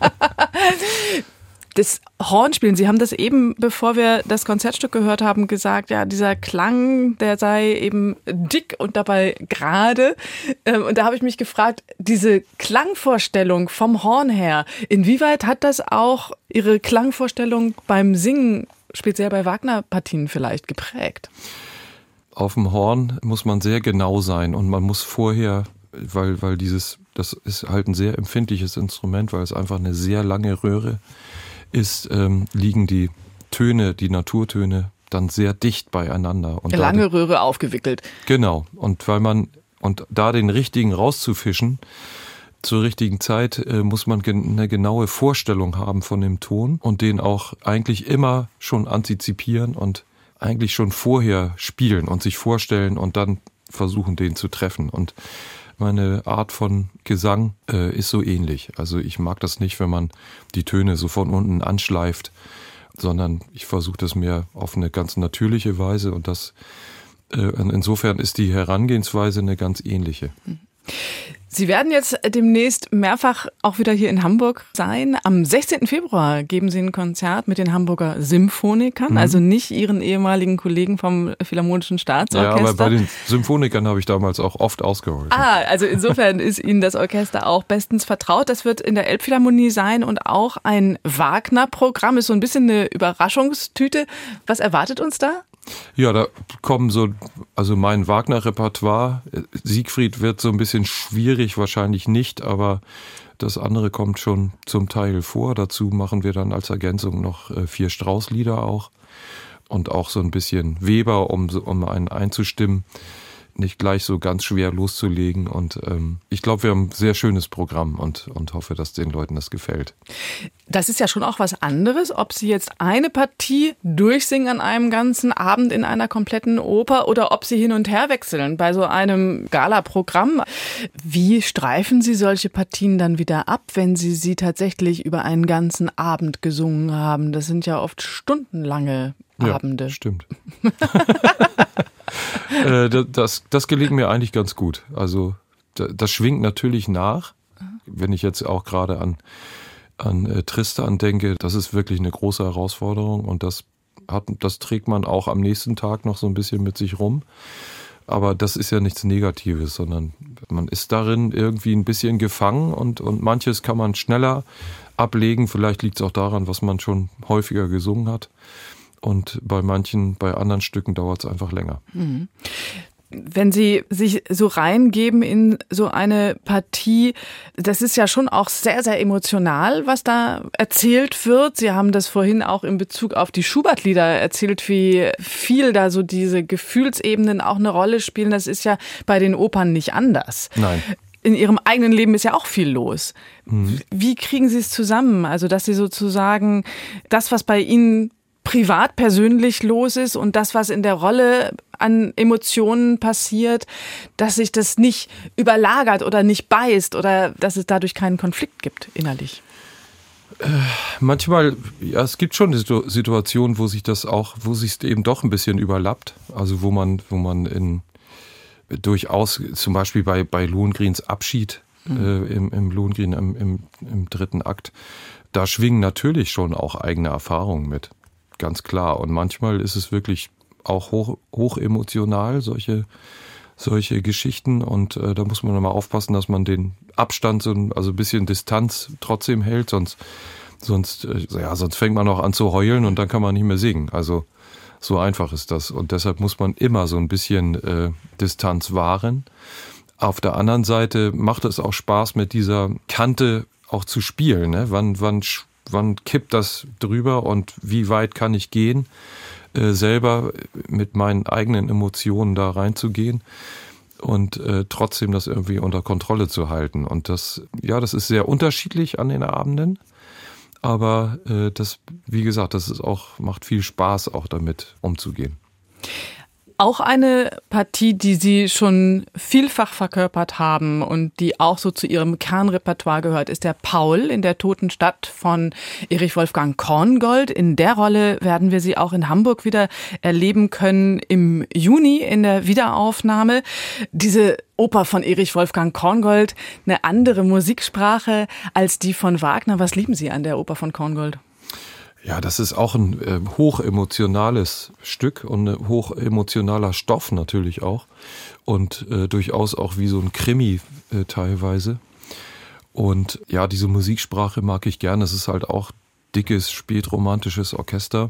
Das Hornspielen, Sie haben das eben, bevor wir das Konzertstück gehört haben, gesagt, ja, dieser Klang, der sei eben dick und dabei gerade. Und da habe ich mich gefragt, diese Klangvorstellung vom Horn her, inwieweit hat das auch Ihre Klangvorstellung beim Singen, speziell bei Wagner-Partien vielleicht, geprägt? Auf dem Horn muss man sehr genau sein und man muss vorher, weil, weil dieses, das ist halt ein sehr empfindliches Instrument, weil es einfach eine sehr lange Röhre ist, ähm, liegen die Töne, die Naturtöne dann sehr dicht beieinander. Und Lange da, Röhre aufgewickelt. Genau. Und weil man, und da den richtigen rauszufischen, zur richtigen Zeit äh, muss man gen- eine genaue Vorstellung haben von dem Ton und den auch eigentlich immer schon antizipieren und eigentlich schon vorher spielen und sich vorstellen und dann versuchen, den zu treffen. Und meine Art von Gesang äh, ist so ähnlich. Also ich mag das nicht, wenn man die Töne so von unten anschleift, sondern ich versuche das mehr auf eine ganz natürliche Weise und das äh, insofern ist die Herangehensweise eine ganz ähnliche. Sie werden jetzt demnächst mehrfach auch wieder hier in Hamburg sein. Am sechzehnten Februar geben Sie ein Konzert mit den Hamburger Symphonikern, mhm. also nicht Ihren ehemaligen Kollegen vom Philharmonischen Staatsorchester. Ja, aber bei den Symphonikern habe ich damals auch oft ausgeholfen. Ah, also insofern ist Ihnen das Orchester auch bestens vertraut. Das wird in der Elbphilharmonie sein und auch ein Wagner-Programm. Ist so ein bisschen eine Überraschungstüte. Was erwartet uns da? Ja, da kommen so, also mein Wagner-Repertoire, Siegfried wird so ein bisschen schwierig, wahrscheinlich nicht, aber das andere kommt schon zum Teil vor. Dazu machen wir dann als Ergänzung noch vier Strauß-Lieder auch und auch so ein bisschen Weber, um, um einen einzustimmen, nicht gleich so ganz schwer loszulegen. Und ähm, ich glaube, wir haben ein sehr schönes Programm und, und hoffe, dass den Leuten das gefällt. Das ist ja schon auch was anderes, ob Sie jetzt eine Partie durchsingen an einem ganzen Abend in einer kompletten Oper oder ob Sie hin und her wechseln bei so einem Gala-Programm. Wie streifen Sie solche Partien dann wieder ab, wenn Sie sie tatsächlich über einen ganzen Abend gesungen haben? Das sind ja oft stundenlange Abende. Ja, stimmt. äh, das, das gelingt mir eigentlich ganz gut. Also das schwingt natürlich nach, wenn ich jetzt auch gerade an an äh, Tristan denke, das ist wirklich eine große Herausforderung und das hat, das trägt man auch am nächsten Tag noch so ein bisschen mit sich rum. Aber das ist ja nichts Negatives, sondern man ist darin irgendwie ein bisschen gefangen und, und manches kann man schneller ablegen. Vielleicht liegt es auch daran, was man schon häufiger gesungen hat. Und bei manchen, bei anderen Stücken dauert es einfach länger. Mhm. Wenn Sie sich so reingeben in so eine Partie, das ist ja schon auch sehr, sehr emotional, was da erzählt wird. Sie haben das vorhin auch in Bezug auf die Schubert-Lieder erzählt, wie viel da so diese Gefühlsebenen auch eine Rolle spielen. Das ist ja bei den Opern nicht anders. Nein. In Ihrem eigenen Leben ist ja auch viel los. Mhm. Wie kriegen Sie es zusammen? Also, dass Sie sozusagen das, was bei Ihnen privat, persönlich los ist und das, was in der Rolle an Emotionen passiert, dass sich das nicht überlagert oder nicht beißt oder dass es dadurch keinen Konflikt gibt innerlich? Äh, manchmal, ja, es gibt schon Situationen, wo sich das auch, wo sich es eben doch ein bisschen überlappt. Also wo man, wo man in durchaus, zum Beispiel bei, bei Lohengriens Abschied, mhm. äh, im, im Lohengrin im, im, im dritten Akt, da schwingen natürlich schon auch eigene Erfahrungen mit. Ganz klar. Und manchmal ist es wirklich auch hoch, hoch emotional, solche, solche Geschichten. Und äh, da muss man mal aufpassen, dass man den Abstand, so, also ein bisschen Distanz trotzdem hält. Sonst, sonst, äh, ja, sonst fängt man auch an zu heulen und dann kann man nicht mehr singen. Also so einfach ist das. Und deshalb muss man immer so ein bisschen äh, Distanz wahren. Auf der anderen Seite macht es auch Spaß, mit dieser Kante auch zu spielen. Ne? Wann, wann, wann kippt das drüber und wie weit kann ich gehen, äh, selber mit meinen eigenen Emotionen da reinzugehen und äh, trotzdem das irgendwie unter Kontrolle zu halten. Und das, ja, das ist sehr unterschiedlich an den Abenden. Aber äh, das, wie gesagt, das ist auch, macht viel Spaß, auch damit umzugehen. Auch eine Partie, die Sie schon vielfach verkörpert haben und die auch so zu Ihrem Kernrepertoire gehört, ist der Paul in der Toten Stadt von Erich Wolfgang Korngold. In der Rolle werden wir Sie auch in Hamburg wieder erleben können im Juni in der Wiederaufnahme. Diese Oper von Erich Wolfgang Korngold, eine andere Musiksprache als die von Wagner. Was lieben Sie an der Oper von Korngold? Ja, das ist auch ein äh, hochemotionales Stück und ein hochemotionaler Stoff natürlich auch und äh, durchaus auch wie so ein Krimi äh, teilweise. Und ja, diese Musiksprache mag ich gerne. Es ist halt auch dickes, spätromantisches Orchester.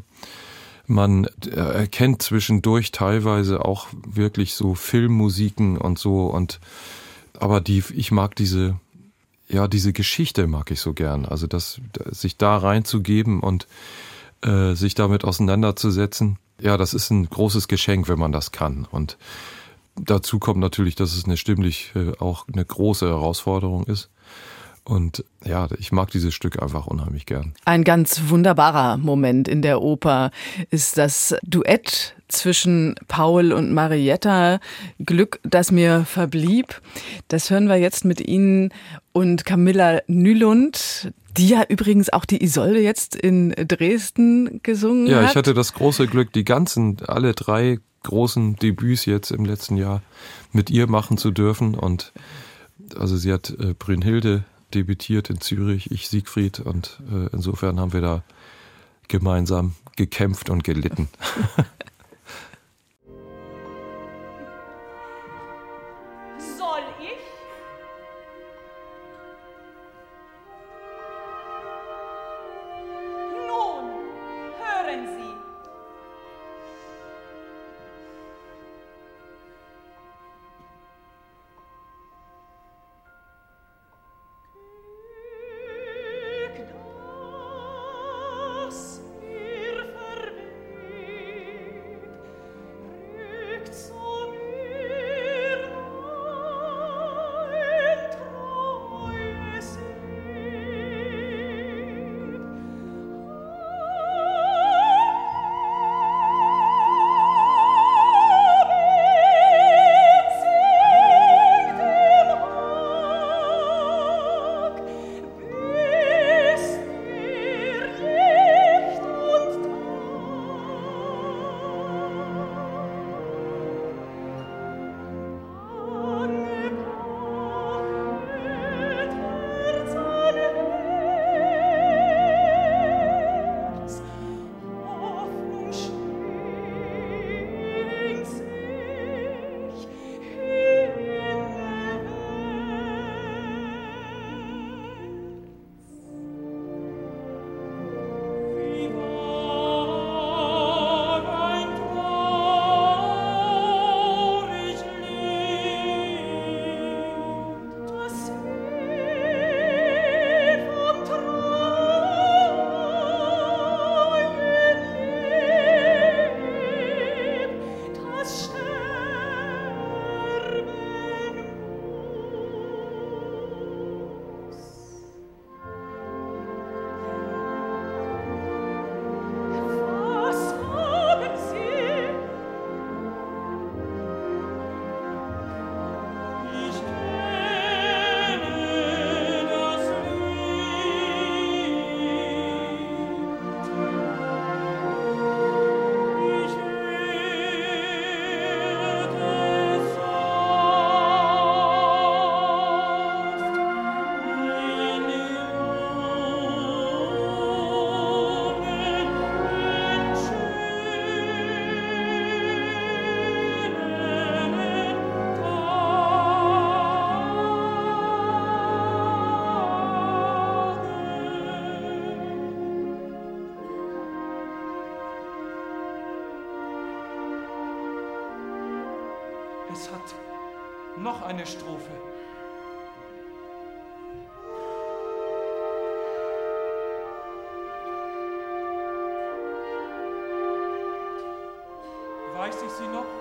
Man äh, erkennt zwischendurch teilweise auch wirklich so Filmmusiken und so. Und aber die, ich mag diese Ja, diese Geschichte mag ich so gern. Also das, sich da reinzugeben und äh, sich damit auseinanderzusetzen, ja, das ist ein großes Geschenk, wenn man das kann. Und dazu kommt natürlich, dass es eine stimmlich äh, auch eine große Herausforderung ist. Und ja, ich mag dieses Stück einfach unheimlich gern. Ein ganz wunderbarer Moment in der Oper ist das Duett zwischen Paul und Marietta, Glück, das mir verblieb. Das hören wir jetzt mit Ihnen und Camilla Nylund, die ja übrigens auch die Isolde jetzt in Dresden gesungen ja, hat. Ja, ich hat. hatte das große Glück, die ganzen, alle drei großen Debüts jetzt im letzten Jahr mit ihr machen zu dürfen. Und also sie hat äh, Brünnhilde debütiert in Zürich, ich Siegfried, und äh, insofern haben wir da gemeinsam gekämpft und gelitten. Soll ich? Nun, hören Sie. Glück, das mir verweht, Es hat noch eine Strophe. Weiß ich sie noch?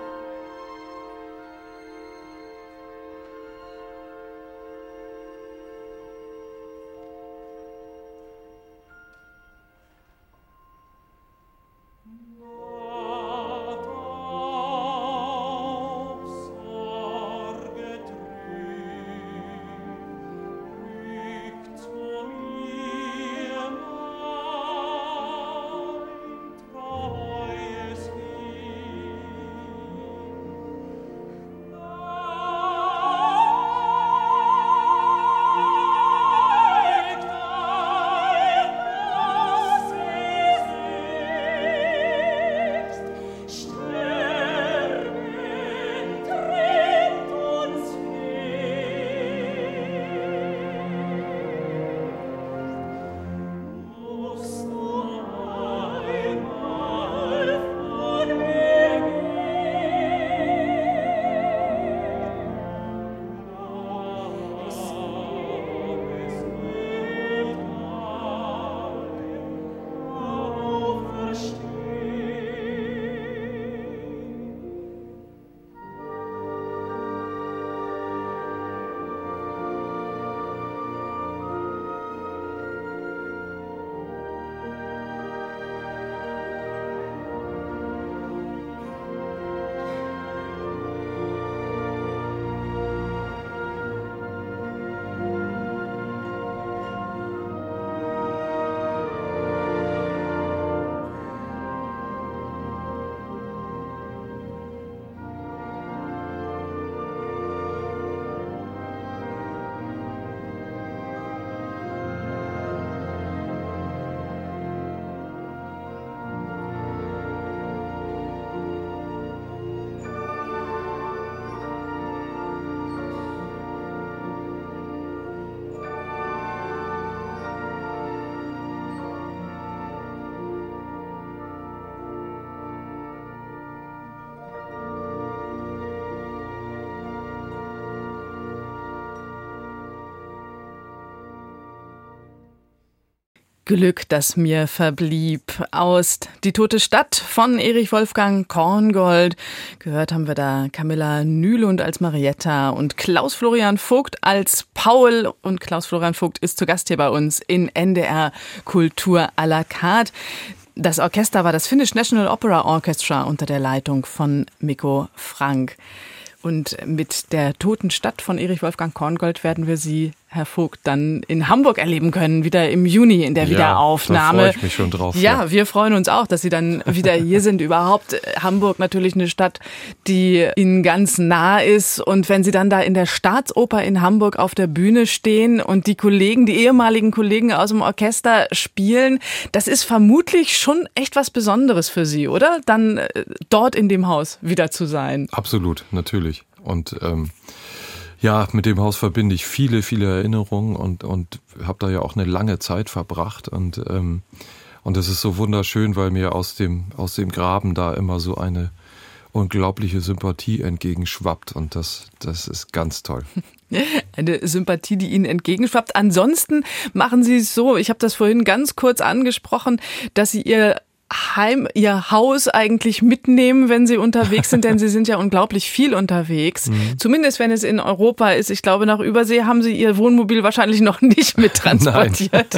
Glück, das mir verblieb. Aus Die tote Stadt von Erich Wolfgang Korngold. Gehört haben wir da Camilla Nylund als Marietta und Klaus Florian Vogt als Paul. Und Klaus Florian Vogt ist zu Gast hier bei uns in N D R Kultur à la carte. Das Orchester war das Finnish National Opera Orchestra unter der Leitung von Mikko Frank. Und mit der toten Stadt von Erich Wolfgang Korngold werden wir Sie, Herr Vogt, dann in Hamburg erleben können, wieder im Juni in der Wiederaufnahme. Ja, da freue ich mich schon drauf. Ja, ja, wir freuen uns auch, dass Sie dann wieder hier sind. Überhaupt Hamburg natürlich eine Stadt, die Ihnen ganz nah ist. Und wenn Sie dann da in der Staatsoper in Hamburg auf der Bühne stehen und die Kollegen, die ehemaligen Kollegen aus dem Orchester spielen, das ist vermutlich schon echt was Besonderes für Sie, oder? Dann dort in dem Haus wieder zu sein. Absolut, natürlich. Und ähm, ja, mit dem Haus verbinde ich viele, viele Erinnerungen und und habe da ja auch eine lange Zeit verbracht und ähm, und es ist so wunderschön, weil mir aus dem aus dem Graben da immer so eine unglaubliche Sympathie entgegenschwappt und das das ist ganz toll. Eine Sympathie, die Ihnen entgegenschwappt. Ansonsten machen Sie es so, ich habe das vorhin ganz kurz angesprochen, dass Sie Ihr Heim, Ihr Haus eigentlich mitnehmen, wenn Sie unterwegs sind, denn Sie sind ja unglaublich viel unterwegs. Mhm. Zumindest wenn es in Europa ist. Ich glaube, nach Übersee haben Sie Ihr Wohnmobil wahrscheinlich noch nicht mit transportiert.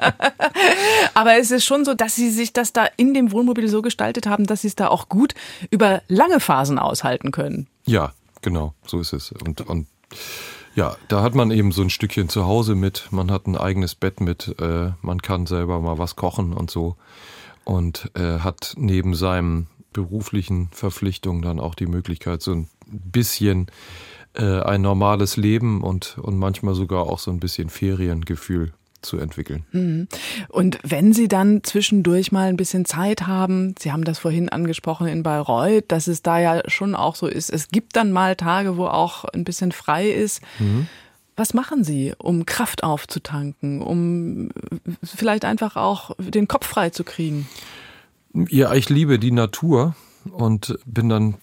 Aber es ist schon so, dass Sie sich das da in dem Wohnmobil so gestaltet haben, dass Sie es da auch gut über lange Phasen aushalten können. Ja, genau, so ist es. Und, und ja, da hat man eben so ein Stückchen zu Hause mit. Man hat ein eigenes Bett mit. Äh, man kann selber mal was kochen und so. Und äh, hat neben seinen beruflichen Verpflichtungen dann auch die Möglichkeit, so ein bisschen äh, ein normales Leben und, und manchmal sogar auch so ein bisschen Feriengefühl zu entwickeln. Und wenn Sie dann zwischendurch mal ein bisschen Zeit haben, Sie haben das vorhin angesprochen in Bayreuth, dass es da ja schon auch so ist, es gibt dann mal Tage, wo auch ein bisschen frei ist. Mhm. Was machen Sie, um Kraft aufzutanken, um vielleicht einfach auch den Kopf frei zu kriegen? Ja, ich liebe die Natur und bin dann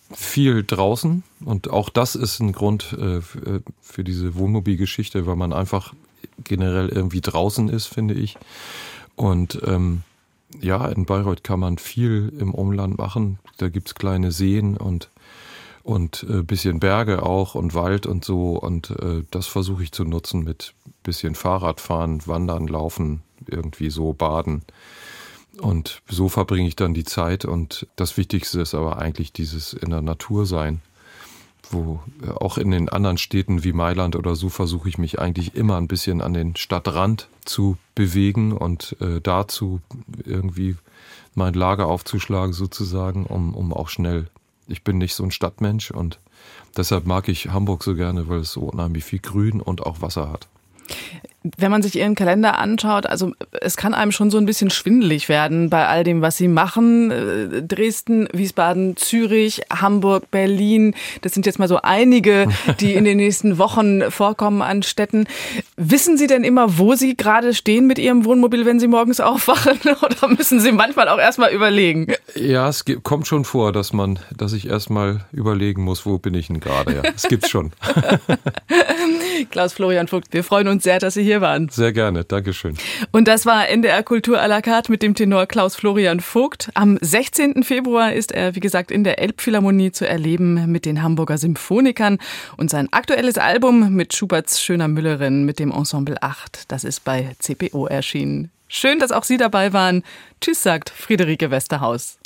viel draußen und auch das ist ein Grund äh, für, für diese Wohnmobilgeschichte, weil man einfach generell irgendwie draußen ist, finde ich. Und ähm, ja, in Bayreuth kann man viel im Umland machen. Da gibt's kleine Seen und und äh, bisschen Berge auch und Wald und so. Und äh, das versuche ich zu nutzen mit bisschen Fahrradfahren, Wandern, Laufen, irgendwie so baden. Und so verbringe ich dann die Zeit und das Wichtigste ist aber eigentlich dieses in der Natur sein, wo auch in den anderen Städten wie Mailand oder so versuche ich mich eigentlich immer ein bisschen an den Stadtrand zu bewegen und äh, dazu irgendwie mein Lager aufzuschlagen sozusagen, um, um auch schnell, ich bin nicht so ein Stadtmensch und deshalb mag ich Hamburg so gerne, weil es so unheimlich viel Grün und auch Wasser hat. Wenn man sich Ihren Kalender anschaut, also es kann einem schon so ein bisschen schwindelig werden bei all dem, was Sie machen. Dresden, Wiesbaden, Zürich, Hamburg, Berlin, das sind jetzt mal so einige, die in den nächsten Wochen vorkommen an Städten. Wissen Sie denn immer, wo Sie gerade stehen mit Ihrem Wohnmobil, wenn Sie morgens aufwachen? Oder müssen Sie manchmal auch erstmal überlegen? Ja, es kommt schon vor, dass man, dass ich erstmal überlegen muss, wo bin ich denn gerade? Ja, es gibt's schon. Klaus Florian Vogt, wir freuen uns sehr, dass Sie hier waren. Sehr gerne, Dankeschön. Und das war N D R Kultur à la carte mit dem Tenor Klaus Florian Vogt. Am sechzehnten Februar ist er, wie gesagt, in der Elbphilharmonie zu erleben mit den Hamburger Symphonikern. Und sein aktuelles Album mit Schuberts Schöner Müllerin mit dem Ensemble acht, das ist bei C P O erschienen. Schön, dass auch Sie dabei waren. Tschüss, sagt Friederike Westerhaus.